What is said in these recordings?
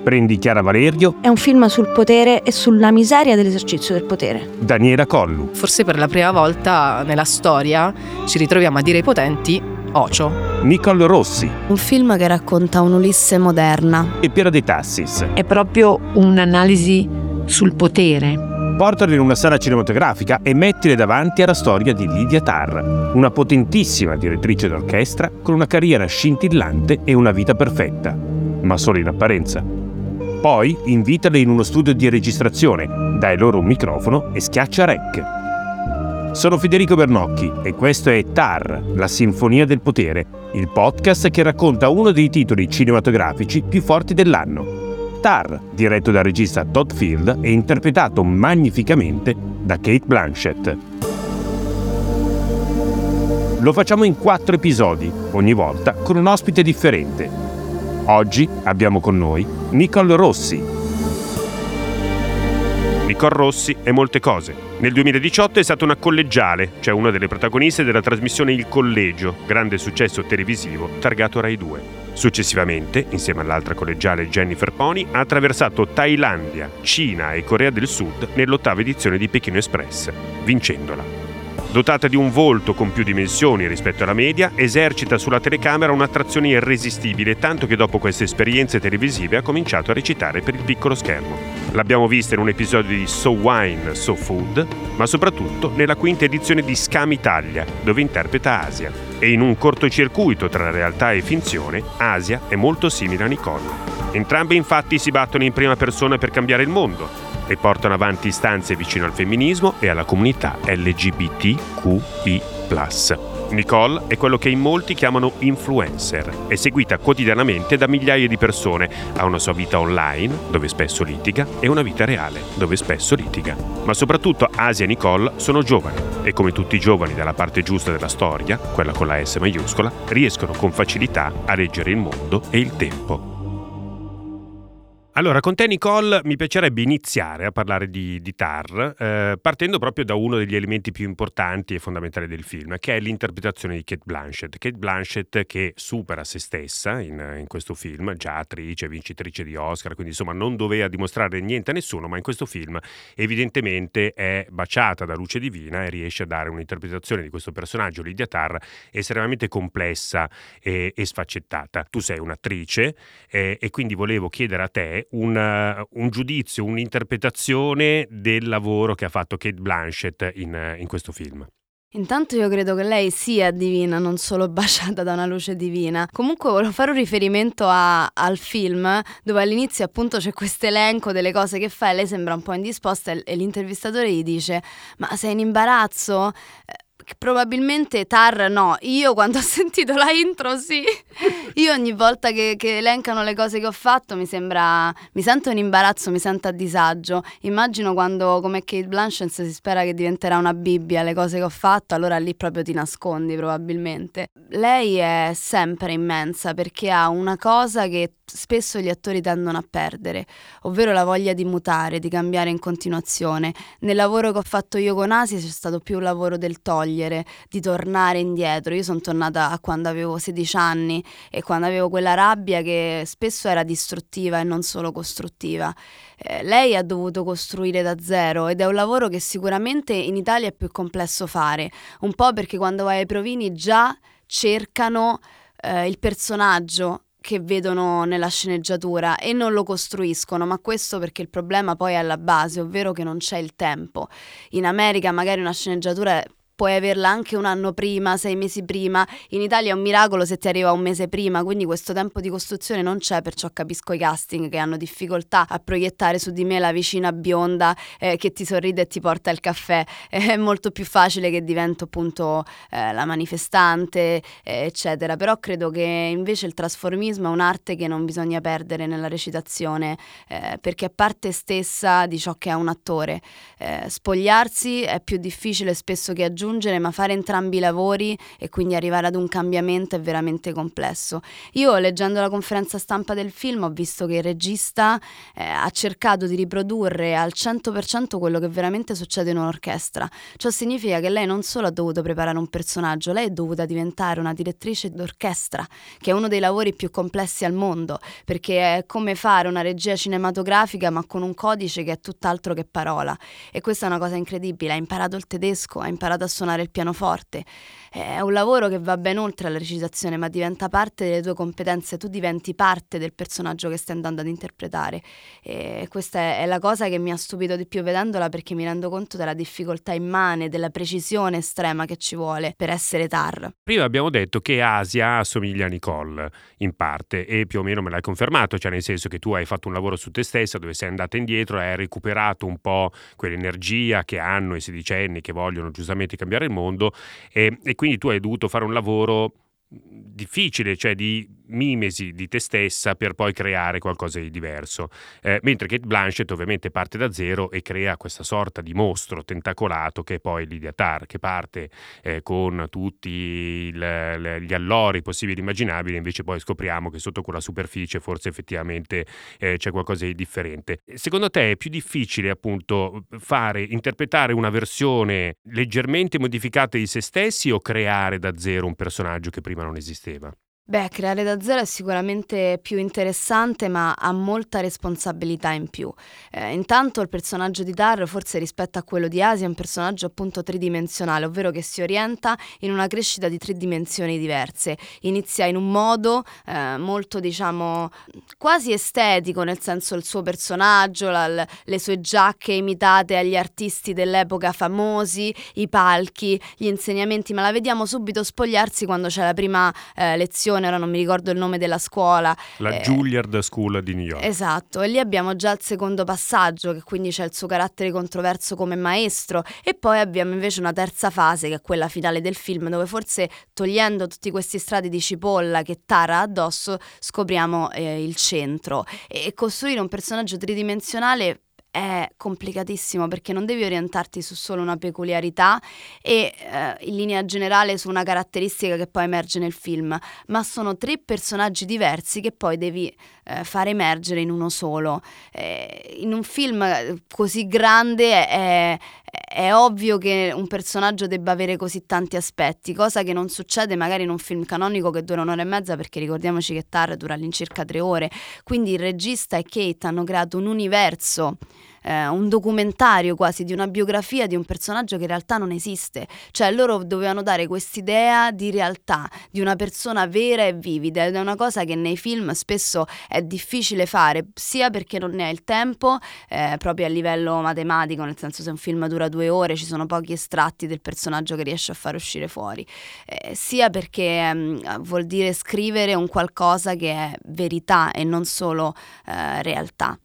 Prendi Chiara Valerio. È un film sul potere e sulla miseria dell'esercizio del potere. Daniela Collu. Forse per la prima volta nella storia ci ritroviamo a dire ai potenti ocio. Nicole Rossi. Un film che racconta un'Ulisse moderna. E Piera De Tassis. È proprio un'analisi sul potere. Portali in una sala cinematografica e mettile davanti alla storia di Lydia Tarr, una potentissima direttrice d'orchestra con una carriera scintillante e una vita perfetta, ma solo in apparenza. Poi invitale in uno studio di registrazione, dai loro un microfono e schiaccia rec. Sono Federico Bernocchi e questo è Tarr, la sinfonia del potere, il podcast che racconta uno dei titoli cinematografici più forti dell'anno. Tarr, diretto dal regista Todd Field e interpretato magnificamente da Cate Blanchett. Lo facciamo in 4 episodi, ogni volta con un ospite differente. Oggi abbiamo con noi Nicole Rossi. Nicole Rossi è molte cose. Nel 2018 è stata una collegiale, cioè una delle protagoniste della trasmissione Il Collegio, grande successo televisivo targato Rai 2. Successivamente, insieme all'altra collegiale Jennifer Pony, ha attraversato Thailandia, Cina e Corea del Sud nell'8ª edizione di Pechino Express, vincendola. Dotata di un volto con più dimensioni rispetto alla media, esercita sulla telecamera un'attrazione irresistibile, tanto che dopo queste esperienze televisive ha cominciato a recitare per il piccolo schermo. L'abbiamo vista in un episodio di So Wine, So Food, ma soprattutto nella 5ª edizione di Scam Italia, dove interpreta Asia. E in un cortocircuito tra realtà e finzione, Asia è molto simile a Nicole. Entrambe infatti si battono in prima persona per cambiare il mondo e portano avanti istanze vicino al femminismo e alla comunità LGBTQI+. Nicole è quello che in molti chiamano influencer. È seguita quotidianamente da migliaia di persone, ha una sua vita online, dove spesso litiga, e una vita reale, dove spesso litiga. Ma soprattutto Asia e Nicole sono giovani e come tutti i giovani dalla parte giusta della storia, quella con la S maiuscola, riescono con facilità a leggere il mondo e il tempo. Allora, con te Nicole mi piacerebbe iniziare a parlare di Tarr, partendo proprio da uno degli elementi più importanti e fondamentali del film, che è l'interpretazione di Cate Blanchett. Cate Blanchett che supera se stessa in questo film, già attrice, vincitrice di Oscar, quindi insomma non doveva dimostrare niente a nessuno, ma in questo film evidentemente è baciata da luce divina e riesce a dare un'interpretazione di questo personaggio, Lydia Tarr, estremamente complessa e sfaccettata. Tu sei un'attrice e quindi volevo chiedere a te un giudizio, un'interpretazione del lavoro che ha fatto Cate Blanchett in questo film. Intanto io credo che lei sia divina, non solo baciata da una luce divina. Comunque volevo fare un riferimento al film, dove all'inizio appunto c'è questo elenco delle cose che fa e lei sembra un po' indisposta e l'intervistatore gli dice: ma sei in imbarazzo? Probabilmente Tarr no, io quando ho sentito la intro sì, io ogni volta che elencano le cose che ho fatto mi sento in imbarazzo, mi sento a disagio. Immagino quando come Cate Blanchett si spera che diventerà una Bibbia le cose che ho fatto, allora lì proprio ti nascondi probabilmente. Lei è sempre immensa perché ha una cosa che spesso gli attori tendono a perdere, ovvero la voglia di mutare, di cambiare in continuazione. Nel lavoro che ho fatto io con Asia c'è stato più un lavoro del togliere, di tornare indietro. Io sono tornata a quando avevo 16 anni e quando avevo quella rabbia che spesso era distruttiva e non solo costruttiva. Lei ha dovuto costruire da zero ed è un lavoro che sicuramente in Italia è più complesso fare, un po' perché quando vai ai provini già cercano il personaggio che vedono nella sceneggiatura e non lo costruiscono, ma questo perché il problema poi è alla base, ovvero che non c'è il tempo. In America magari una sceneggiatura puoi averla anche un anno prima, 6 mesi prima. In Italia è un miracolo se ti arriva un mese prima, quindi questo tempo di costruzione non c'è, perciò capisco i casting che hanno difficoltà a proiettare su di me la vicina bionda che ti sorride e ti porta il caffè. È molto più facile che divento appunto la manifestante, eccetera. Però credo che invece il trasformismo è un'arte che non bisogna perdere nella recitazione, perché è parte stessa di ciò che è un attore. Spogliarsi è più difficile spesso che aggiungere, aggiungere, ma fare entrambi i lavori e quindi arrivare ad un cambiamento è veramente complesso. Io, leggendo la conferenza stampa del film, ho visto che il regista ha cercato di riprodurre al 100% quello che veramente succede in un'orchestra. Ciò significa che lei non solo ha dovuto preparare un personaggio, lei è dovuta diventare una direttrice d'orchestra, che è uno dei lavori più complessi al mondo, perché è come fare una regia cinematografica ma con un codice che è tutt'altro che parola. E questa è una cosa incredibile. Ha imparato il tedesco, ha imparato a suonare il pianoforte. È un lavoro che va ben oltre la recitazione, ma diventa parte delle tue competenze. Tu diventi parte del personaggio che stai andando ad interpretare, e questa è la cosa che mi ha stupito di più vedendola, perché mi rendo conto della difficoltà immane, della precisione estrema che ci vuole per essere Tar. Prima abbiamo detto che Asia assomiglia a Nicole in parte, e più o meno me l'hai confermato, cioè nel senso che tu hai fatto un lavoro su te stessa dove sei andata indietro e hai recuperato un po' quell'energia che hanno i sedicenni che vogliono giustamente cambiare il mondo, e quindi tu hai dovuto fare un lavoro difficile, cioè di mimesi di te stessa per poi creare qualcosa di diverso, mentre Cate Blanchett ovviamente parte da zero e crea questa sorta di mostro tentacolato che è poi Lydia Tar, che parte con tutti gli allori possibili e immaginabili, invece poi scopriamo che sotto quella superficie forse effettivamente c'è qualcosa di differente. Secondo te è più difficile appunto interpretare una versione leggermente modificata di se stessi o creare da zero un personaggio che prima non esisteva? Beh, creare da zero è sicuramente più interessante, ma ha molta responsabilità in più. Intanto il personaggio di Tar, forse rispetto a quello di Asia, è un personaggio appunto tridimensionale, ovvero che si orienta in una crescita di 3 dimensioni diverse. Inizia in un modo molto, diciamo, quasi estetico, nel senso il suo personaggio, le sue giacche imitate agli artisti dell'epoca famosi, i palchi, gli insegnamenti, ma la vediamo subito spogliarsi quando c'è la prima lezione. Ora non mi ricordo il nome della scuola. La Juilliard School di New York. Esatto, e lì abbiamo già il secondo passaggio, che quindi c'è il suo carattere controverso come maestro, e poi abbiamo invece una terza fase, che è quella finale del film, dove forse togliendo tutti questi strati di cipolla che Tar ha addosso, scopriamo il centro. E costruire un personaggio tridimensionale è complicatissimo, perché non devi orientarti su solo una peculiarità e in linea generale su una caratteristica che poi emerge nel film, ma sono 3 personaggi diversi che poi devi far emergere in uno solo. In un film così grande è ovvio che un personaggio debba avere così tanti aspetti, cosa che non succede magari in un film canonico che dura 1 ora e mezza, perché ricordiamoci che Tar dura all'incirca 3 ore. Quindi il regista e Kate hanno creato un universo, un documentario quasi, di una biografia di un personaggio che in realtà non esiste. Cioè loro dovevano dare quest'idea di realtà, di una persona vera e vivida, ed è una cosa che nei film spesso è difficile fare, sia perché non ne hai il tempo, proprio a livello matematico, nel senso, se un film dura 2 ore ci sono pochi estratti del personaggio che riesce a far uscire fuori, sia perché vuol dire scrivere un qualcosa che è verità e non solo realtà.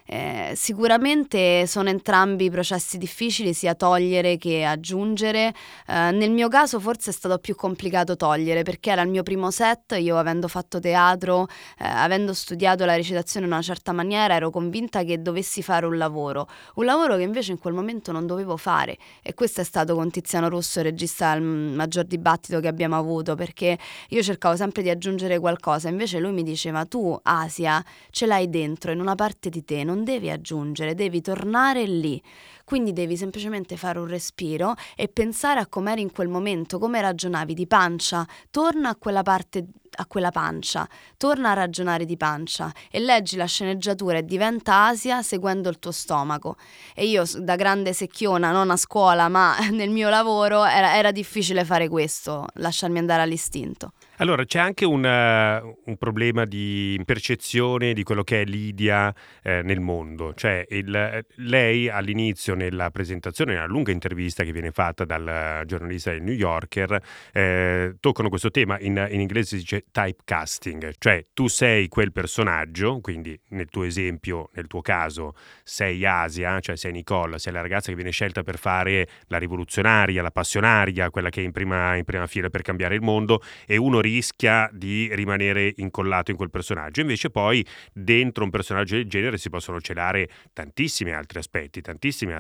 Sicuramente sono entrambi processi difficili, sia togliere che aggiungere. Nel mio caso forse è stato più complicato togliere, perché era il mio primo set. Io, avendo fatto teatro, avendo studiato la recitazione in una certa maniera, ero convinta che dovessi fare un lavoro che invece in quel momento non dovevo fare, e questo è stato con Tiziano Rosso, il regista, il maggior dibattito che abbiamo avuto, perché io cercavo sempre di aggiungere qualcosa, invece lui mi diceva: tu, Asia, ce l'hai dentro, in una parte di te, non devi aggiungere, devi tornare lì. Quindi devi semplicemente fare un respiro e pensare a com'eri in quel momento, come ragionavi di pancia. Torna a quella parte, a quella pancia, torna a ragionare di pancia e leggi la sceneggiatura e diventa Asia seguendo il tuo stomaco. E io, da grande secchiona, non a scuola ma nel mio lavoro, era difficile fare questo, lasciarmi andare all'istinto. Allora, c'è anche un problema di percezione di quello che è Lydia nel mondo. Cioè, lei all'inizio, nella presentazione, nella lunga intervista che viene fatta dal giornalista del New Yorker, toccano questo tema, in inglese si dice typecasting, cioè tu sei quel personaggio, quindi nel tuo esempio, nel tuo caso, sei Asia, cioè sei Nicole, sei la ragazza che viene scelta per fare la rivoluzionaria, la passionaria, quella che è in prima fila per cambiare il mondo, e uno rischia di rimanere incollato in quel personaggio. Invece poi dentro un personaggio del genere si possono celare tantissimi altri aspetti, tantissime altre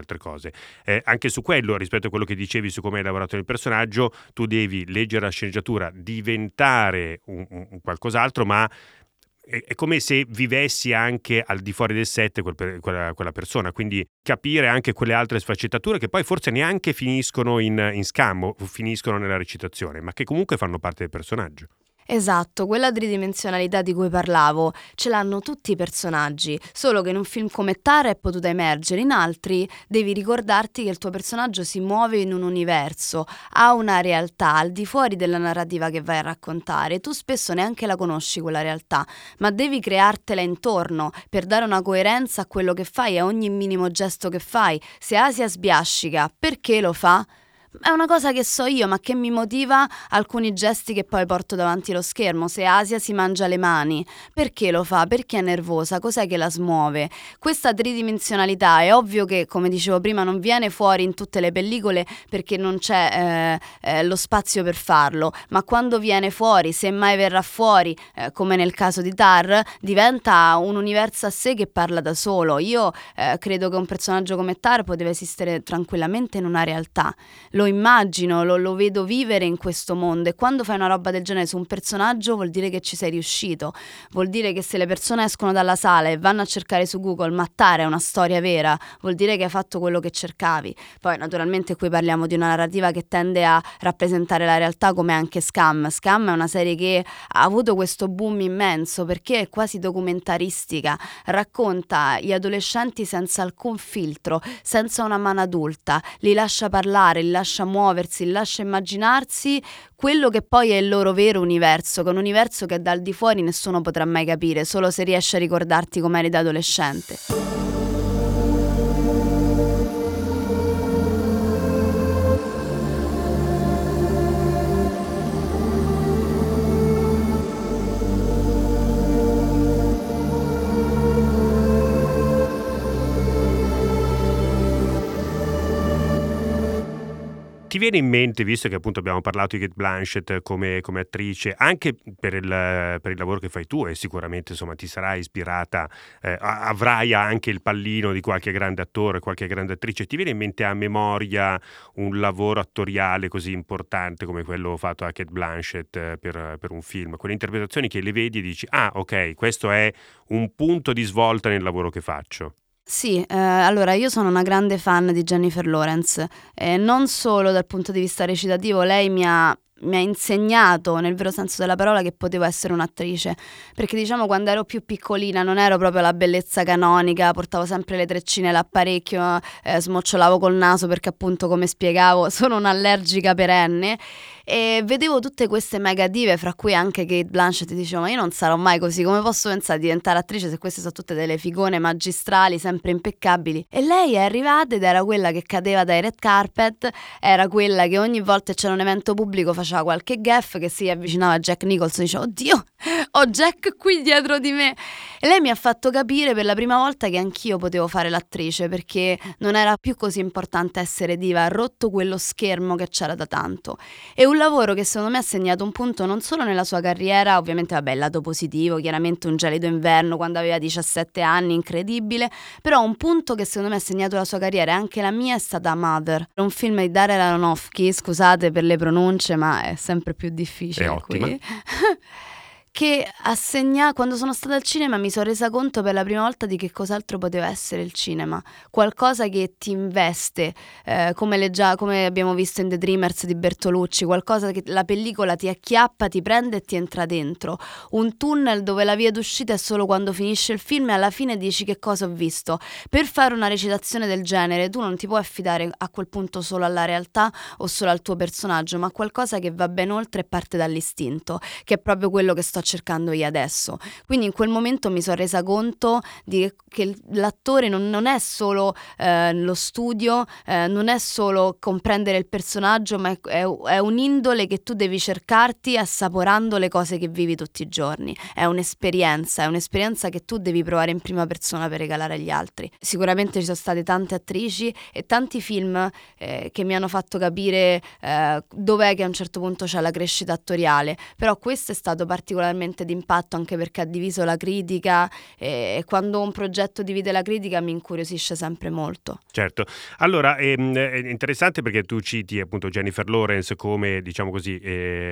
altre cose. Anche su quello, rispetto a quello che dicevi su come hai lavorato nel personaggio, tu devi leggere la sceneggiatura, diventare un qualcos'altro, ma è come se vivessi anche al di fuori del set quella persona, quindi capire anche quelle altre sfaccettature che poi forse neanche finiscono in scammo, finiscono nella recitazione, ma che comunque fanno parte del personaggio. Esatto, quella tridimensionalità di cui parlavo ce l'hanno tutti i personaggi, solo che in un film come Tar è potuta emergere, in altri devi ricordarti che il tuo personaggio si muove in un universo, ha una realtà al di fuori della narrativa che vai a raccontare. Tu spesso neanche la conosci quella realtà, ma devi creartela intorno per dare una coerenza a quello che fai, a ogni minimo gesto che fai. Se Asia sbiascica, perché lo fa? È una cosa che so io, ma che mi motiva alcuni gesti che poi porto davanti allo schermo. Se Asia si mangia le mani, perché lo fa? Perché è nervosa? Cos'è che la smuove? Questa tridimensionalità è ovvio che, come dicevo prima, non viene fuori in tutte le pellicole perché non c'è lo spazio per farlo, ma quando viene fuori, se mai verrà fuori, come nel caso di Tar, diventa un universo a sé che parla da solo. Io credo che un personaggio come Tar poteva esistere tranquillamente in una realtà. Lo immagino, lo vedo vivere in questo mondo, e quando fai una roba del genere su un personaggio vuol dire che ci sei riuscito, vuol dire che se le persone escono dalla sala e vanno a cercare su Google ma Tar è una storia vera, vuol dire che hai fatto quello che cercavi. Poi naturalmente qui parliamo di una narrativa che tende a rappresentare la realtà, come anche Scam. Scam è una serie che ha avuto questo boom immenso perché è quasi documentaristica, racconta gli adolescenti senza alcun filtro, senza una mano adulta, li lascia parlare, li lascia muoversi, li lascia immaginarsi quello che poi è il loro vero universo, che è un universo che dal di fuori nessuno potrà mai capire, solo se riesci a ricordarti com'eri da adolescente. Ti viene in mente, visto che appunto abbiamo parlato di Cate Blanchett come attrice, anche per il lavoro che fai tu, e sicuramente insomma ti sarai ispirata, avrai anche il pallino di qualche grande attore, qualche grande attrice, ti viene in mente a memoria un lavoro attoriale così importante come quello fatto a Cate Blanchett per un film? Quelle interpretazioni che le vedi e dici, ah ok, questo è un punto di svolta nel lavoro che faccio. Sì, allora io sono una grande fan di Jennifer Lawrence, non solo dal punto di vista recitativo. Lei mi ha insegnato nel vero senso della parola che potevo essere un'attrice, perché diciamo quando ero più piccolina non ero proprio la bellezza canonica, portavo sempre le treccine all'apparecchio, smocciolavo col naso perché appunto, come spiegavo, sono un'allergica perenne, e vedevo tutte queste mega dive, fra cui anche Cate Blanchett, e dicevo ma io non sarò mai così, come posso pensare di diventare attrice se queste sono tutte delle figone magistrali sempre impeccabili? E lei è arrivata ed era quella che cadeva dai red carpet, era quella che ogni volta c'era un evento pubblico faceva qualche gaffe, che si avvicinava a Jack Nicholson e diceva oddio, ho Jack qui dietro di me, e lei mi ha fatto capire per la prima volta che anch'io potevo fare l'attrice, perché non era più così importante essere diva, ha rotto quello schermo che c'era da tanto. È un lavoro che secondo me ha segnato un punto non solo nella sua carriera, ovviamente vabbè il lato positivo, chiaramente Un gelido inverno quando aveva 17 anni, incredibile, però un punto che secondo me ha segnato la sua carriera e anche la mia è stata Mother, un film di Darren Aronofsky, scusate per le pronunce ma è sempre più difficile è ottima. qui. Che quando sono stata al cinema mi sono resa conto per la prima volta di che cos'altro poteva essere il cinema, qualcosa che ti investe, come abbiamo visto in The Dreamers di Bertolucci, qualcosa che la pellicola ti acchiappa, ti prende e ti entra dentro, un tunnel dove la via d'uscita è solo quando finisce il film e alla fine dici che cosa ho visto. Per fare una recitazione del genere tu non ti puoi affidare a quel punto solo alla realtà o solo al tuo personaggio, ma a qualcosa che va ben oltre e parte dall'istinto, che è proprio quello che sto cercando io adesso. Quindi in quel momento mi sono resa conto che l'attore non è solo lo studio, non è solo comprendere il personaggio, ma è un'indole che tu devi cercarti assaporando le cose che vivi tutti i giorni. È un'esperienza che tu devi provare in prima persona per regalare agli altri. Sicuramente ci sono state tante attrici e tanti film che mi hanno fatto capire dov'è che a un certo punto c'è la crescita attoriale, però questo è stato particolarmente particolarmente d'impatto, anche perché ha diviso la critica, e quando un progetto divide la critica mi incuriosisce sempre molto. Certo. Allora, è interessante perché tu citi appunto Jennifer Lawrence come, diciamo così,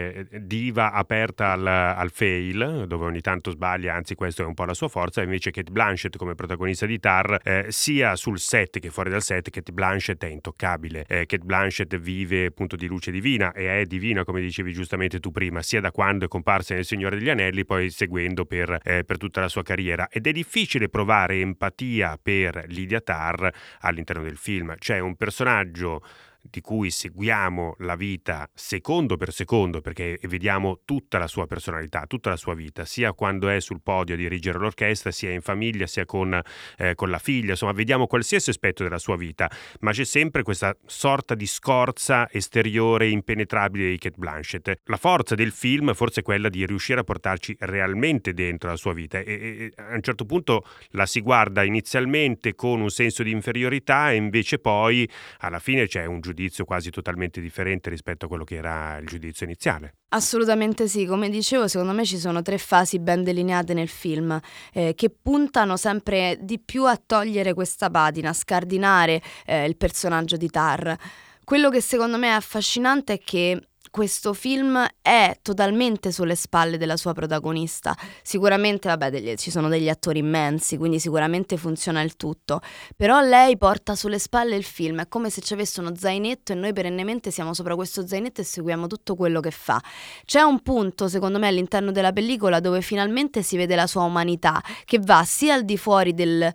diva aperta al fail, dove ogni tanto sbaglia, anzi questo è un po' la sua forza, invece Cate Blanchett come protagonista di Tar, sia sul set che fuori dal set, Cate Blanchett è intoccabile. Cate Blanchett vive appunto di luce divina e è divina, come dicevi giustamente tu prima, sia da quando è comparsa nel Signore degli Anelli, poi seguendo per tutta la sua carriera. Ed è difficile provare empatia per Lydia Tar all'interno del film. C'è un personaggio di cui seguiamo la vita secondo per secondo, perché vediamo tutta la sua personalità, tutta la sua vita, sia quando è sul podio a dirigere l'orchestra, sia in famiglia, sia con la figlia, insomma vediamo qualsiasi aspetto della sua vita, ma c'è sempre questa sorta di scorza esteriore impenetrabile di Cate Blanchett. La forza del film forse è quella di riuscire a portarci realmente dentro la sua vita, e a un certo punto la si guarda inizialmente con un senso di inferiorità e invece poi alla fine c'è un giudizio quasi totalmente differente rispetto a quello che era il giudizio iniziale. Assolutamente sì, come dicevo, secondo me ci sono 3 fasi ben delineate nel film, che puntano sempre di più a togliere questa patina, a scardinare il personaggio di Tar. Quello che secondo me è affascinante è che questo film è totalmente sulle spalle della sua protagonista. Sicuramente, ci sono degli attori immensi, quindi sicuramente funziona il tutto. Però lei porta sulle spalle il film, è come se ci avesse uno zainetto e noi perennemente siamo sopra questo zainetto e seguiamo tutto quello che fa. C'è un punto, secondo me, all'interno della pellicola dove finalmente si vede la sua umanità, che va sia al di fuori del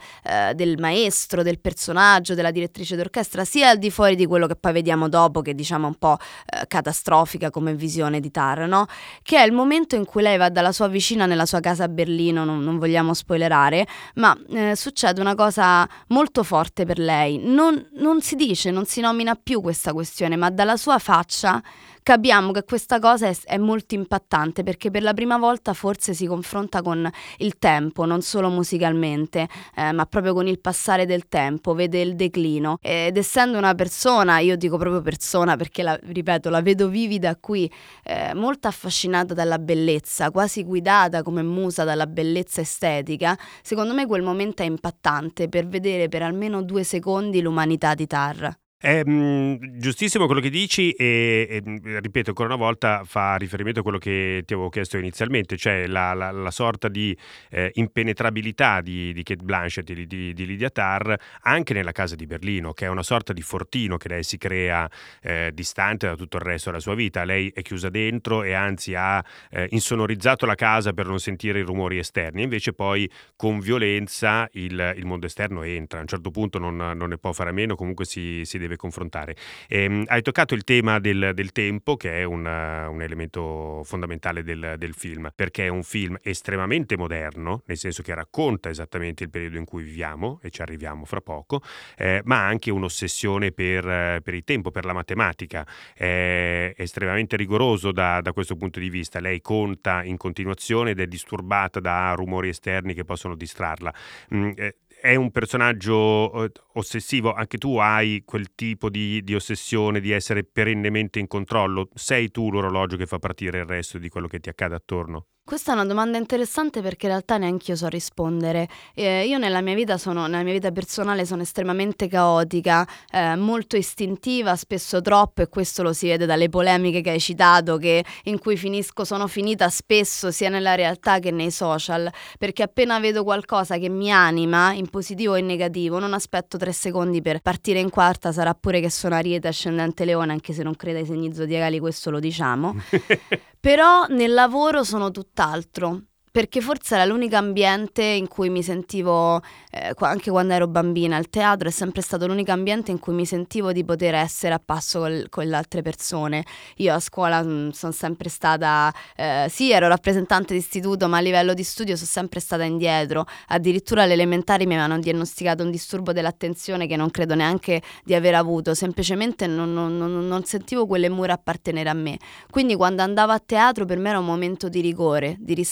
maestro, del personaggio, della direttrice d'orchestra, sia al di fuori di quello che poi vediamo dopo, che diciamo è un po' catastrofica come visione di Tar, no? Che è il momento in cui lei va dalla sua vicina nella sua casa a Berlino, non vogliamo spoilerare, ma succede una cosa molto forte per lei. Non si dice, non si nomina più questa questione, ma dalla sua faccia capiamo che questa cosa è molto impattante, perché per la prima volta forse si confronta con il tempo, non solo musicalmente, ma proprio con il passare del tempo, vede il declino, ed essendo una persona, io dico proprio persona perché ripeto, la vedo vivida qui, molto affascinata dalla bellezza, quasi guidata come musa dalla bellezza estetica, secondo me quel momento è impattante per vedere per almeno 2 secondi l'umanità di Tar. È giustissimo quello che dici e ripeto ancora una volta, fa riferimento a quello che ti avevo chiesto inizialmente, cioè la sorta di impenetrabilità di Cate Blanchett, di Lydia Tar, anche nella casa di Berlino, che è una sorta di fortino che lei si crea distante da tutto il resto della sua vita. Lei è chiusa dentro e anzi ha insonorizzato la casa per non sentire i rumori esterni, invece poi con violenza il mondo esterno entra, a un certo punto non ne può fare a meno, comunque si deve confrontare. Hai toccato il tema del tempo, che è un elemento fondamentale del film, perché è un film estremamente moderno, nel senso che racconta esattamente il periodo in cui viviamo, e ci arriviamo fra poco, ma anche un'ossessione per il tempo, per la matematica. È estremamente rigoroso da questo punto di vista. Lei conta in continuazione ed è disturbata da rumori esterni che possono distrarla. È un personaggio ossessivo, anche tu hai quel tipo di ossessione di essere perennemente in controllo? Sei tu l'orologio che fa partire il resto di quello che ti accade attorno? Questa è una domanda interessante perché in realtà neanche io so rispondere. Io nella mia vita personale sono estremamente caotica, molto istintiva, spesso troppo, e questo lo si vede dalle polemiche che hai citato, in cui sono finita spesso sia nella realtà che nei social, perché appena vedo qualcosa che mi anima, in positivo o in negativo, non aspetto 3 secondi per partire in quarta, sarà pure che sono Ariete ascendente Leone, anche se non credo ai segni zodiacali, questo lo diciamo. Però nel lavoro sono tutt'altro, perché forse era l'unico ambiente in cui mi sentivo, anche quando ero bambina, il teatro è sempre stato l'unico ambiente in cui mi sentivo di poter essere a passo con le altre persone. Io a scuola sono sempre stata, sì, ero rappresentante di istituto, ma a livello di studio sono sempre stata indietro. Addirittura alle elementari mi avevano diagnosticato un disturbo dell'attenzione che non credo neanche di aver avuto, semplicemente non sentivo quelle mura appartenere a me. Quindi quando andavo a teatro per me era un momento di rigore, di rispetto,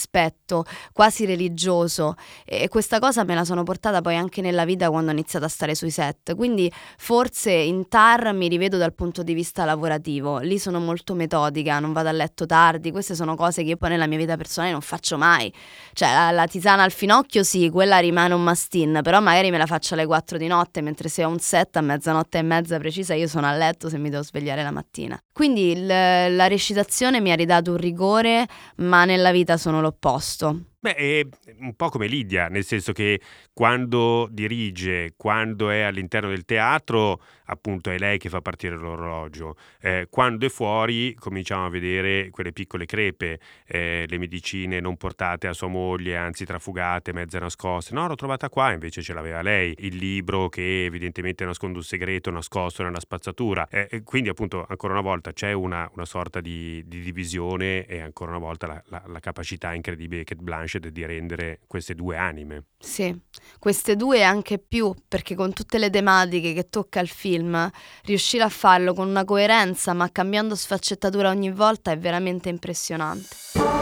aspetto quasi religioso, e questa cosa me la sono portata poi anche nella vita quando ho iniziato a stare sui set, quindi forse in Tar mi rivedo dal punto di vista lavorativo. Lì sono molto metodica, non vado a letto tardi, queste sono cose che io poi nella mia vita personale non faccio mai. Cioè la tisana al finocchio sì, quella rimane un must-in, però magari me la faccio alle 4 di notte, mentre se ho un set a mezzanotte e mezza precisa io sono a letto se mi devo svegliare la mattina. Quindi la recitazione mi ha ridato un rigore, ma nella vita sono l'opposto. Beh, è un po' come Lidia, nel senso che quando dirige, quando è all'interno del teatro, appunto è lei che fa partire l'orologio. Quando è fuori cominciamo a vedere quelle piccole crepe, le medicine non portate a sua moglie, anzi trafugate, mezze nascoste. No, l'ho trovata qua, invece ce l'aveva lei. Il libro che evidentemente nasconde un segreto nascosto nella spazzatura. Quindi appunto ancora una volta c'è una sorta di divisione, e ancora una volta la capacità incredibile di Cate Blanchett di rendere queste due anime. Sì, queste due e anche più, perché con tutte le tematiche che tocca il film, riuscire a farlo con una coerenza ma cambiando sfaccettatura ogni volta è veramente impressionante.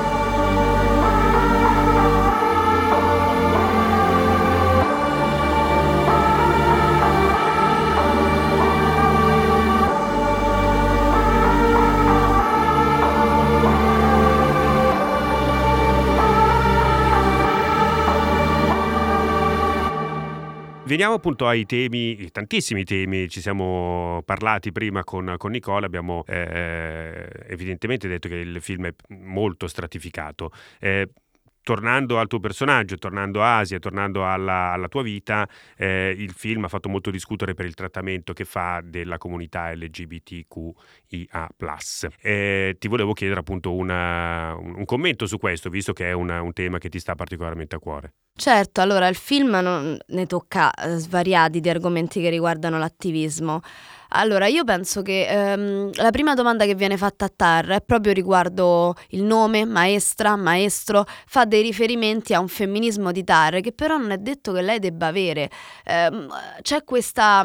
Veniamo appunto ai temi, tantissimi temi, ci siamo parlati prima con Nicola, abbiamo evidentemente detto che il film è molto stratificato. Tornando al tuo personaggio, tornando a Asia, tornando alla tua vita, il film ha fatto molto discutere per il trattamento che fa della comunità LGBTQIA+. Ti volevo chiedere appunto un commento su questo, visto che è un tema che ti sta particolarmente a cuore. Certo, allora il film ne tocca svariati di argomenti che riguardano l'attivismo. Allora, io penso che la prima domanda che viene fatta a Tar è proprio riguardo il nome, maestra, maestro, fa dei riferimenti a un femminismo di Tar che però non è detto che lei debba avere. C'è questa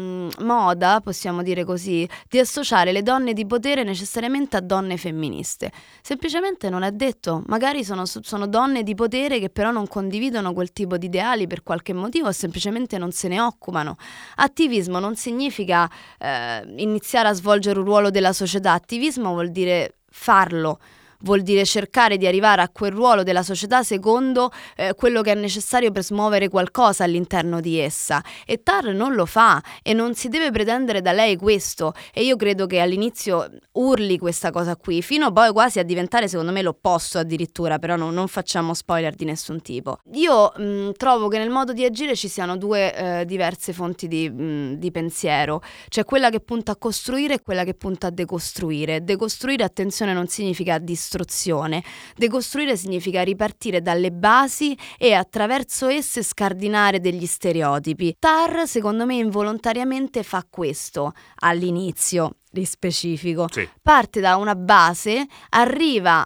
moda, possiamo dire così, di associare le donne di potere necessariamente a donne femministe. Semplicemente non è detto, magari sono donne di potere che però non condividono quel tipo di ideali per qualche motivo o semplicemente non se ne occupano. Attivismo non significa iniziare a svolgere un ruolo della società. Attivismo vuol dire farlo, vuol dire cercare di arrivare a quel ruolo della società secondo quello che è necessario per smuovere qualcosa all'interno di essa, e Tar non lo fa e non si deve pretendere da lei questo, e io credo che all'inizio urli questa cosa qui fino poi quasi a diventare secondo me l'opposto addirittura, però non facciamo spoiler di nessun tipo. Io trovo che nel modo di agire ci siano due diverse fonti di pensiero. C'è quella che punta a costruire e quella che punta a decostruire. Decostruire, attenzione, non significa distruzione. Decostruire significa ripartire dalle basi e attraverso esse scardinare degli stereotipi. Tar, secondo me, involontariamente fa questo all'inizio, di specifico. Sì. Parte da una base, arriva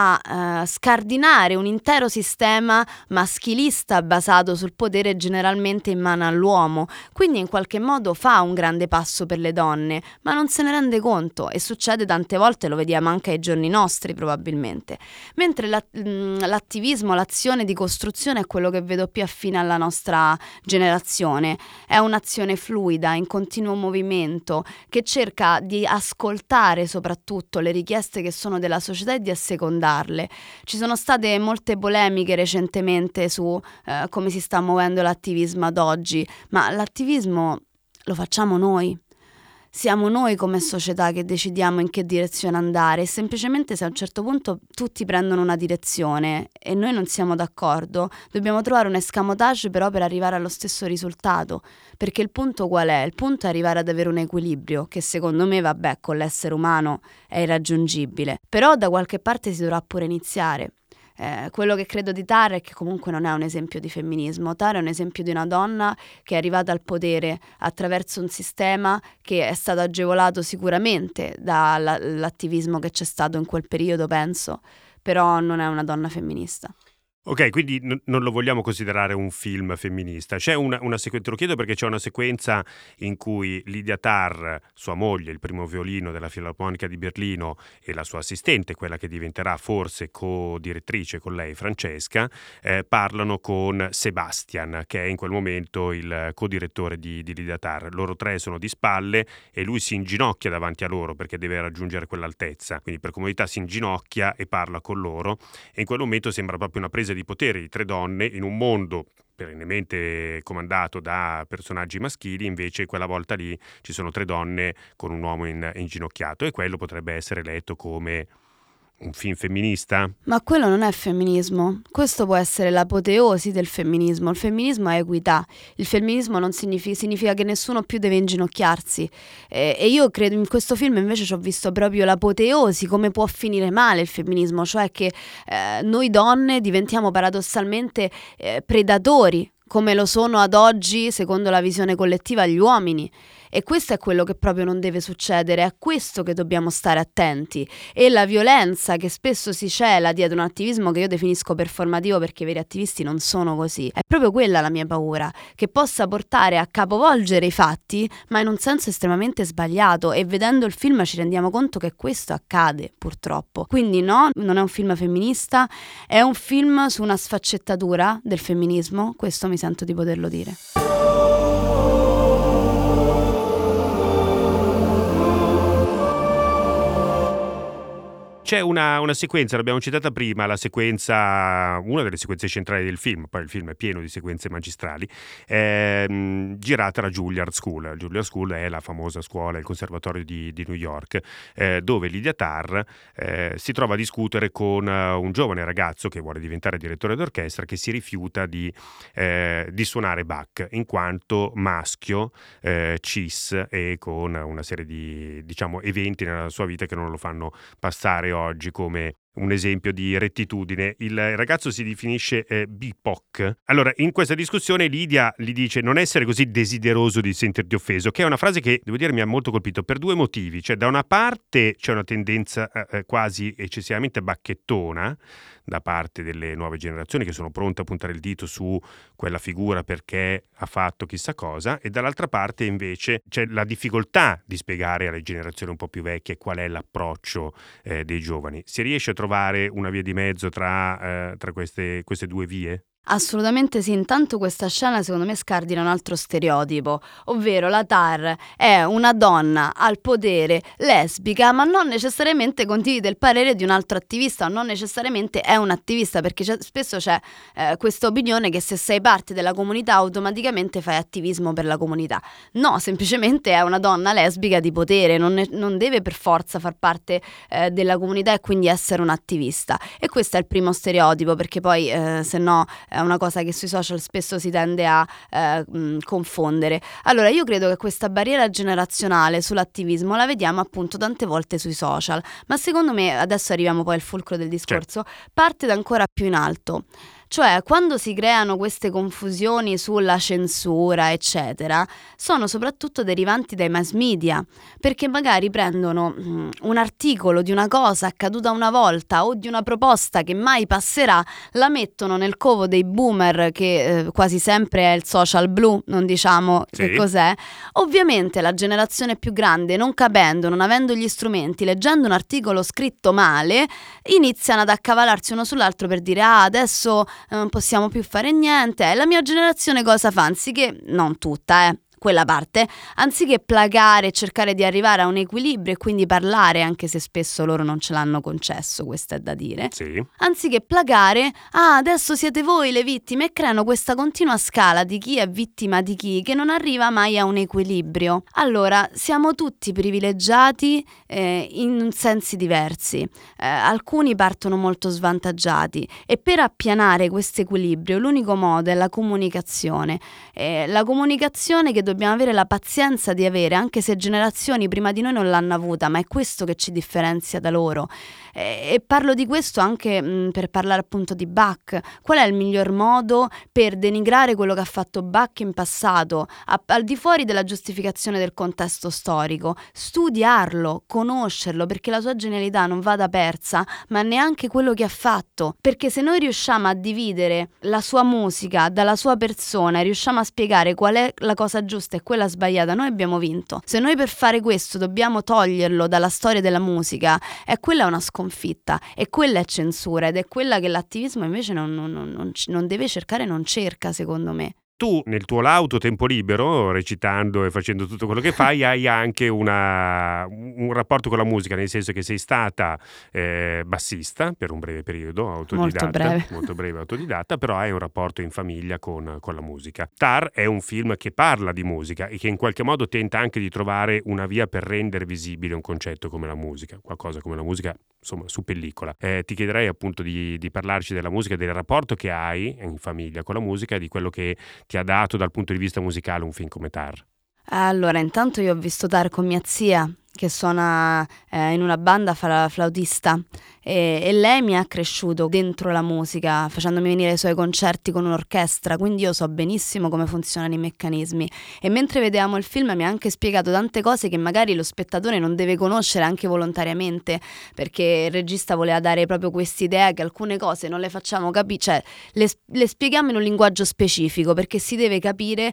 a scardinare un intero sistema maschilista basato sul potere generalmente in mano all'uomo, quindi in qualche modo fa un grande passo per le donne, ma non se ne rende conto, e succede tante volte, lo vediamo anche ai giorni nostri probabilmente, mentre l'attivismo, l'azione di costruzione è quello che vedo più affine alla nostra generazione. È un'azione fluida, in continuo movimento, che cerca di ascoltare soprattutto le richieste che sono della società e di assecondarle. Ci sono state molte polemiche recentemente su come si sta muovendo l'attivismo ad oggi, ma l'attivismo lo facciamo noi. Siamo noi come società che decidiamo in che direzione andare, e semplicemente se a un certo punto tutti prendono una direzione e noi non siamo d'accordo, dobbiamo trovare un escamotage però per arrivare allo stesso risultato, perché il punto qual è? Il punto è arrivare ad avere un equilibrio che secondo me, vabbè, con l'essere umano è irraggiungibile, però da qualche parte si dovrà pure iniziare. Quello che credo di Tar è che comunque non è un esempio di femminismo. Tar è un esempio di una donna che è arrivata al potere attraverso un sistema che è stato agevolato sicuramente dall'attivismo che c'è stato in quel periodo, penso, però non è una donna femminista. Ok, quindi non lo vogliamo considerare un film femminista. C'è una sequenza, te lo chiedo perché c'è una sequenza in cui Lydia Tarr, sua moglie, il primo violino della Filarmonica di Berlino, e la sua assistente, quella che diventerà forse co-direttrice con lei, Francesca, parlano con Sebastian, che è in quel momento il co-direttore di Lydia Tarr. Loro tre sono di spalle e lui si inginocchia davanti a loro perché deve raggiungere quell'altezza. Quindi per comodità si inginocchia e parla con loro, e in quel momento sembra proprio una presa di potere di tre donne in un mondo perennemente comandato da personaggi maschili. Invece quella volta lì ci sono tre donne con un uomo inginocchiato, e quello potrebbe essere letto come un film femminista? Ma quello non è femminismo, questo può essere l'apoteosi del femminismo. Il femminismo è equità, il femminismo non significa che nessuno più deve inginocchiarsi, e io credo in questo film invece ci ho visto proprio l'apoteosi, come può finire male il femminismo, cioè che noi donne diventiamo paradossalmente predatori, come lo sono ad oggi, secondo la visione collettiva, gli uomini. E questo è quello che proprio non deve succedere, è a questo che dobbiamo stare attenti. E la violenza che spesso si cela dietro un attivismo che io definisco performativo, perché i veri attivisti non sono così, è proprio quella la mia paura, che possa portare a capovolgere i fatti, ma in un senso estremamente sbagliato, e vedendo il film ci rendiamo conto che questo accade, purtroppo. Quindi no, non è un film femminista, è un film su una sfaccettatura del femminismo, questo mi sento di poterlo dire. C'è una sequenza, l'abbiamo citata prima, una delle sequenze centrali del film, poi il film è pieno di sequenze magistrali, girata alla Juilliard School. La Juilliard School è la famosa scuola, il conservatorio di New York, dove Lydia Tarr si trova a discutere con un giovane ragazzo che vuole diventare direttore d'orchestra, che si rifiuta di suonare Bach, in quanto maschio, cis, e con una serie di, diciamo, eventi nella sua vita che non lo fanno passare oggi come un esempio di rettitudine. Il ragazzo si definisce BIPOC. Allora, in questa discussione Lydia gli dice non essere così desideroso di sentirti offeso, che è una frase che, devo dire, mi ha molto colpito per due motivi. Cioè, da una parte c'è una tendenza quasi eccessivamente bacchettona da parte delle nuove generazioni, che sono pronte a puntare il dito su quella figura perché ha fatto chissà cosa, e dall'altra parte invece c'è la difficoltà di spiegare alle generazioni un po' più vecchie qual è l'approccio dei giovani. Si riesce a trovare una via di mezzo tra queste due vie? Assolutamente sì, intanto questa scena secondo me scardina un altro stereotipo, ovvero la Tarr è una donna al potere, lesbica, ma non necessariamente condivide il parere di un altro attivista, non necessariamente è un attivista, perché spesso c'è questa opinione che se sei parte della comunità automaticamente fai attivismo per la comunità. No, semplicemente è una donna lesbica di potere, non deve per forza far parte della comunità e quindi essere un attivista. E questo è il primo stereotipo, perché poi se no è una cosa che sui social spesso si tende a confondere. Allora, io credo che questa barriera generazionale sull'attivismo la vediamo appunto tante volte sui social, ma secondo me, adesso arriviamo poi al fulcro del discorso, parte da ancora più in alto. Cioè, quando si creano queste confusioni sulla censura, eccetera, sono soprattutto derivanti dai mass media, perché magari prendono un articolo di una cosa accaduta una volta o di una proposta che mai passerà, la mettono nel covo dei boomer, che quasi sempre è il social blu, non diciamo sì. Che cos'è. Ovviamente la generazione più grande, non capendo, non avendo gli strumenti, leggendo un articolo scritto male, iniziano ad accavalarsi uno sull'altro per dire adesso non possiamo più fare niente. La mia generazione cosa fa? Anziché, non tutta, quella parte, anziché placare e cercare di arrivare a un equilibrio e quindi parlare, anche se spesso loro non ce l'hanno concesso, questo è da dire, sì. Anziché placare, adesso siete voi le vittime, e creano questa continua scala di chi è vittima di chi, che non arriva mai a un equilibrio. Allora, siamo tutti privilegiati in sensi diversi, alcuni partono molto svantaggiati, e per appianare questo equilibrio l'unico modo è la comunicazione che dobbiamo dobbiamo avere la pazienza di avere, anche se generazioni prima di noi non l'hanno avuta, ma è questo che ci differenzia da loro. E parlo di questo anche per parlare appunto di Bach. Qual è il miglior modo per denigrare quello che ha fatto Bach in passato, al di fuori della giustificazione del contesto storico? Studiarlo, conoscerlo, perché la sua genialità non vada persa, ma neanche quello che ha fatto. Perché se noi riusciamo a dividere la sua musica dalla sua persona e riusciamo a spiegare qual è la cosa giusta e quella sbagliata, noi abbiamo vinto. Se noi per fare questo dobbiamo toglierlo dalla storia della musica, quella è una sconfitta, e quella è censura, ed è quella che l'attivismo invece non deve cercare, non cerca, secondo me. Tu nel tuo lauto tempo libero, recitando e facendo tutto quello che fai, hai anche un rapporto con la musica, nel senso che sei stata bassista per un breve periodo, autodidatta, molto breve autodidatta, però hai un rapporto in famiglia con la musica. Tar è un film che parla di musica e che in qualche modo tenta anche di trovare una via per rendere visibile un concetto come la musica, qualcosa come la musica, insomma, su pellicola. Ti chiederei appunto di parlarci della musica, del rapporto che hai in famiglia con la musica e di quello che ti ha dato dal punto di vista musicale un film come Tar. Allora, intanto io ho visto Tar con mia zia, che suona in una banda, fa la flautista, e lei mi ha cresciuto dentro la musica, facendomi venire ai suoi concerti con un'orchestra, quindi io so benissimo come funzionano i meccanismi. E mentre vedevamo il film mi ha anche spiegato tante cose che magari lo spettatore non deve conoscere anche volontariamente, perché il regista voleva dare proprio quest'idea che alcune cose non le facciamo capire, cioè le spieghiamo in un linguaggio specifico, perché si deve capire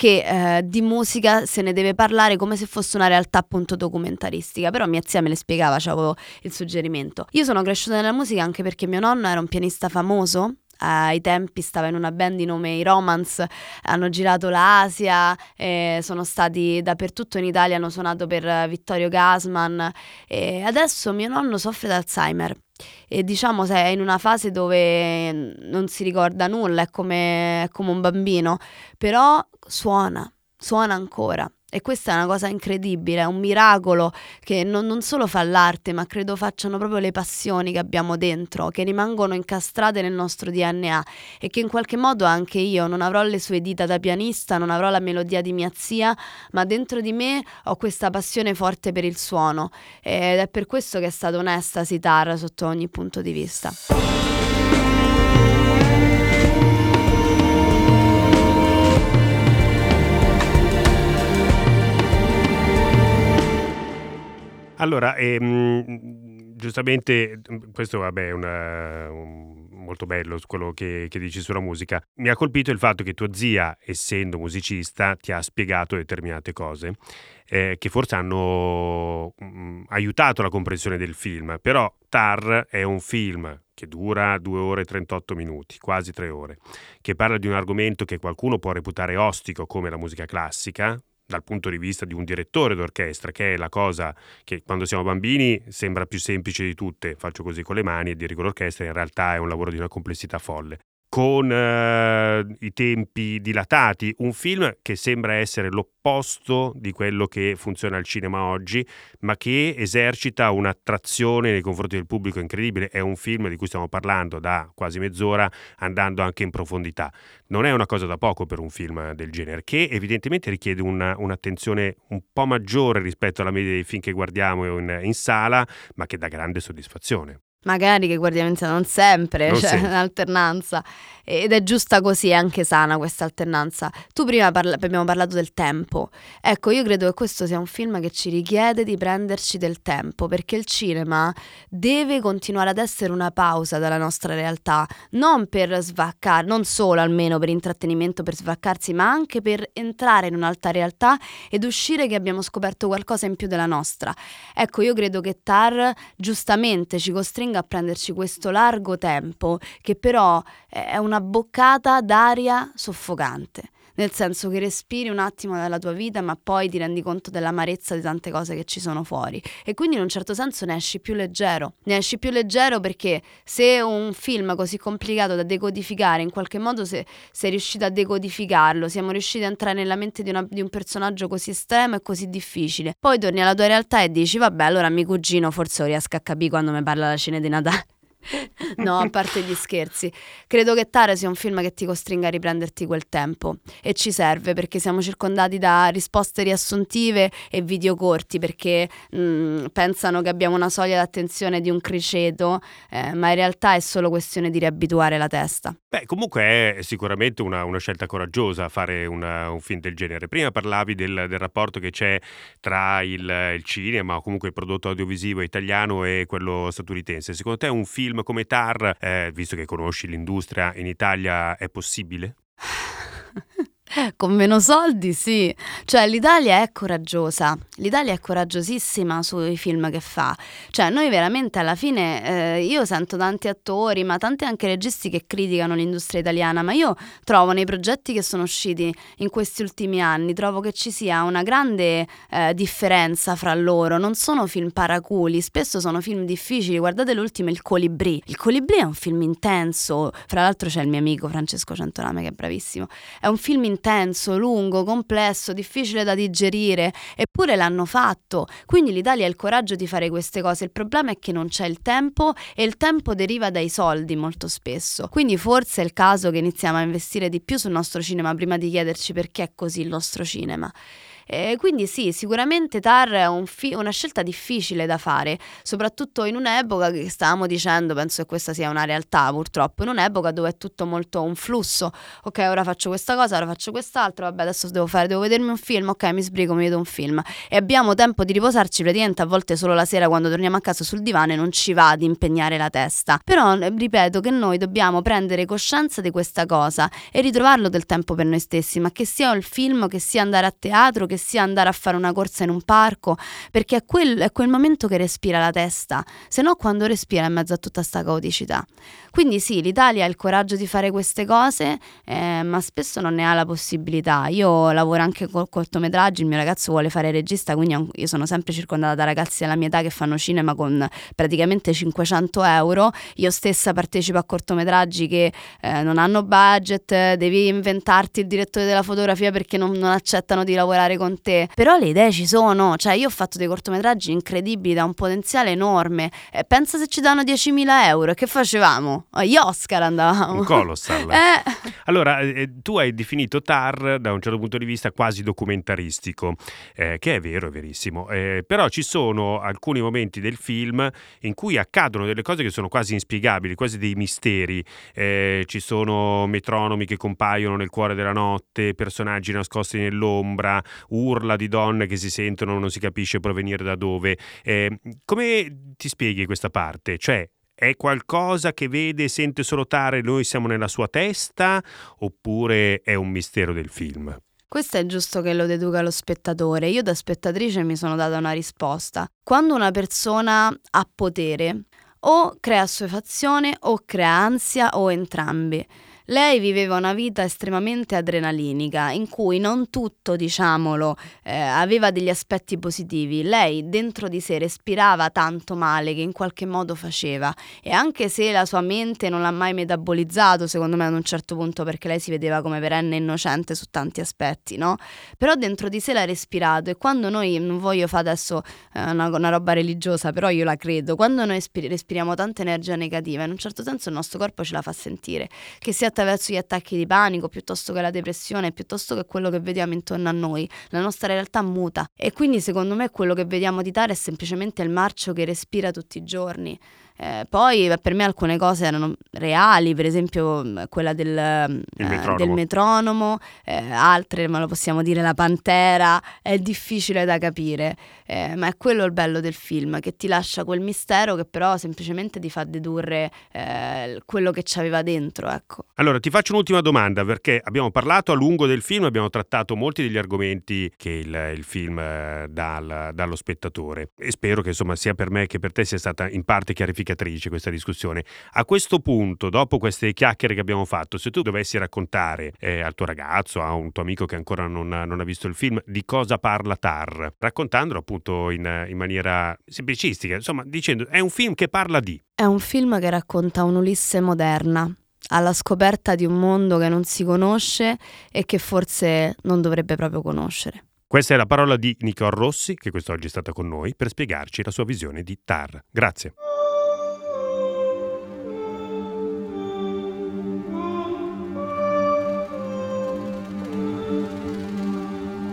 che di musica se ne deve parlare come se fosse una realtà appunto documentaristica. Però mia zia me le spiegava, c'avevo il suggerimento. Io sono cresciuta nella musica anche perché mio nonno era un pianista famoso. Ai tempi stava in una band di nome I Romance, hanno girato l'Asia, sono stati dappertutto in Italia, hanno suonato per Vittorio Gassman, e adesso mio nonno soffre d'Alzheimer e diciamo se è in una fase dove non si ricorda nulla, è come un bambino, però suona ancora. E questa è una cosa incredibile, è un miracolo che non solo fa l'arte, ma credo facciano proprio le passioni che abbiamo dentro, che rimangono incastrate nel nostro DNA, e che in qualche modo anche io non avrò le sue dita da pianista, non avrò la melodia di mia zia, ma dentro di me ho questa passione forte per il suono, ed è per questo che è stata un'estasi Tar sotto ogni punto di vista. Allora, giustamente, questo vabbè è molto bello quello che dici sulla musica. Mi ha colpito il fatto che tua zia, essendo musicista, ti ha spiegato determinate cose che forse hanno aiutato la comprensione del film. Però Tar è un film che dura 2 ore e 38 minuti, quasi 3 ore, che parla di un argomento che qualcuno può reputare ostico come la musica classica, dal punto di vista di un direttore d'orchestra, che è la cosa che quando siamo bambini sembra più semplice di tutte, faccio così con le mani e dirigo l'orchestra, in realtà è un lavoro di una complessità folle. Con i tempi dilatati, un film che sembra essere l'opposto di quello che funziona al cinema oggi, ma che esercita un'attrazione nei confronti del pubblico incredibile. È un film di cui stiamo parlando da quasi mezz'ora, andando anche in profondità. Non è una cosa da poco per un film del genere, che evidentemente richiede un'attenzione un po' maggiore rispetto alla media dei film che guardiamo in sala, ma che dà grande soddisfazione. Magari che guardiamo insieme, non sempre, Non c'è sempre. un'alternanza, ed è giusta così, è anche sana questa alternanza. Tu prima abbiamo parlato del tempo. Ecco, io credo che questo sia un film che ci richiede di prenderci del tempo, perché il cinema deve continuare ad essere una pausa dalla nostra realtà, non per svaccare, non solo almeno per intrattenimento, per svaccarsi, ma anche per entrare in un'altra realtà ed uscire che abbiamo scoperto qualcosa in più della nostra. Ecco, io credo che Tar giustamente ci costringa a prenderci questo largo tempo, che però è una boccata d'aria soffocante, nel senso che respiri un attimo dalla tua vita, ma poi ti rendi conto dell'amarezza di tante cose che ci sono fuori, e quindi in un certo senso ne esci più leggero perché se un film così complicato da decodificare, in qualche modo se sei riuscito a decodificarlo, siamo riusciti a entrare nella mente di un personaggio così estremo e così difficile, poi torni alla tua realtà e dici vabbè, allora mio cugino forse lo riesco a capire quando mi parla alla cena di Natale. No, a parte gli scherzi, credo che Tar sia un film che ti costringa a riprenderti quel tempo, e ci serve perché siamo circondati da risposte riassuntive e video corti, perché pensano che abbiamo una soglia d'attenzione di un criceto, ma in realtà è solo questione di riabituare la testa. Beh, comunque è sicuramente una scelta coraggiosa fare un film del genere. Prima parlavi del rapporto che c'è tra il cinema o comunque il prodotto audiovisivo italiano e quello statunitense. Secondo te un film come Tar, visto che conosci l'industria in Italia, è possibile? Con meno soldi, sì. Cioè, l'Italia è coraggiosa. L'Italia è coraggiosissima sui film che fa. Cioè, noi veramente alla fine, io sento tanti attori, ma tanti anche registi che criticano l'industria italiana, ma io trovo nei progetti che sono usciti in questi ultimi anni, trovo che ci sia una grande differenza fra loro. Non sono film paraculi, spesso sono film difficili. Guardate l'ultimo, Il Colibrì. Il Colibrì è un film intenso. Fra l'altro c'è il mio amico Francesco Centolame che è bravissimo. È un film intenso, lungo, complesso, difficile da digerire, eppure l'hanno fatto. Quindi l'Italia ha il coraggio di fare queste cose. Il problema è che non c'è il tempo, e il tempo deriva dai soldi molto spesso. Quindi forse è il caso che iniziamo a investire di più sul nostro cinema prima di chiederci perché è così il nostro cinema. Quindi sì, sicuramente Tar è una scelta difficile da fare, soprattutto in un'epoca che stavamo dicendo, penso che questa sia una realtà purtroppo, in un'epoca dove è tutto molto un flusso. Ok, ora faccio questa cosa, ora faccio quest'altro, vabbè adesso devo vedermi un film, ok mi sbrigo, mi vedo un film, e abbiamo tempo di riposarci praticamente a volte solo la sera quando torniamo a casa sul divano, e non ci va ad impegnare la testa. Però ripeto che noi dobbiamo prendere coscienza di questa cosa e ritrovarlo del tempo per noi stessi, ma che sia il film, che sia andare a teatro, che sia andare a fare una corsa in un parco, perché è quel momento che respira la testa, se no quando respira in mezzo a tutta sta caoticità. Quindi sì, l'Italia ha il coraggio di fare queste cose, ma spesso non ne ha la possibilità. Io lavoro anche con cortometraggi, il mio ragazzo vuole fare regista, quindi io sono sempre circondata da ragazzi della mia età che fanno cinema con praticamente 500 euro. Io stessa partecipo a cortometraggi che non hanno budget, devi inventarti il direttore della fotografia perché non accettano di lavorare con te. Però le idee ci sono, cioè io ho fatto dei cortometraggi incredibili da un potenziale enorme. Pensa se ci danno 10.000 euro, che facevamo? Agli Oscar andavamo. Un colossal. Allora, tu hai definito Tar da un certo punto di vista quasi documentaristico, che è vero, è verissimo. Però ci sono alcuni momenti del film in cui accadono delle cose che sono quasi inspiegabili, quasi dei misteri. Ci sono metronomi che compaiono nel cuore della notte, personaggi nascosti nell'ombra, urla di donne che si sentono, non si capisce provenire da dove. Come ti spieghi questa parte? Cioè, è qualcosa che vede e sente solo Tar e noi siamo nella sua testa, oppure è un mistero del film? Questo è giusto che lo deduca lo spettatore. Io da spettatrice mi sono data una risposta. Quando una persona ha potere, o crea assuefazione o crea ansia, o entrambi. Lei viveva una vita estremamente adrenalinica, in cui non tutto, diciamolo, aveva degli aspetti positivi. Lei dentro di sé respirava tanto male che in qualche modo faceva, e anche se la sua mente non l'ha mai metabolizzato, secondo me ad un certo punto, perché lei si vedeva come perenne innocente su tanti aspetti, no? Però dentro di sé l'ha respirato, e quando noi, non voglio fare adesso una roba religiosa, però io la credo, quando noi respiriamo tanta energia negativa, in un certo senso il nostro corpo ce la fa sentire, che sia attraverso gli attacchi di panico, piuttosto che la depressione, piuttosto che quello che vediamo intorno a noi. La nostra realtà muta, e quindi secondo me quello che vediamo di Tar è semplicemente il marcio che respira tutti i giorni. Poi per me alcune cose erano reali, per esempio quella del metronomo, altre, ma lo possiamo dire, la pantera, è difficile da capire, ma è quello il bello del film, che ti lascia quel mistero che però semplicemente ti fa dedurre quello che c'aveva dentro, ecco. Allora ti faccio un'ultima domanda, perché abbiamo parlato a lungo del film, abbiamo trattato molti degli argomenti che il film dà dallo spettatore, e spero che insomma sia per me che per te sia stata in parte chiarificatrice questa discussione. A questo punto, dopo queste chiacchiere che abbiamo fatto, se tu dovessi raccontare al tuo ragazzo, a un tuo amico che ancora non ha visto il film, di cosa parla Tar, raccontandolo appunto in maniera semplicistica, insomma dicendo è un film che parla di... È un film che racconta un'Ulisse moderna, alla scoperta di un mondo che non si conosce e che forse non dovrebbe proprio conoscere. Questa è la parola di Nicole Rossi, che quest'oggi è stata con noi per spiegarci la sua visione di Tar. Grazie.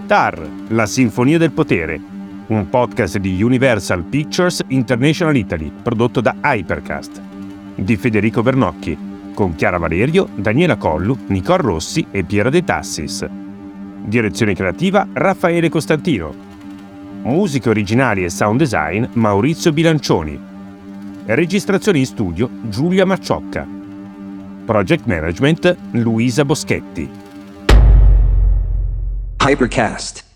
TAR, la Sinfonia del Potere, un podcast di Universal Pictures International Italy, prodotto da Hypercast, di Federico Vernocchi, con Chiara Valerio, Daniela Collu, Nicole Rossi e Piera De Tassis. Direzione creativa Raffaele Costantino. Musiche originali e sound design Maurizio Bilancioni. Registrazione in studio Giulia Macciocca. Project Management Luisa Boschetti. Hypercast.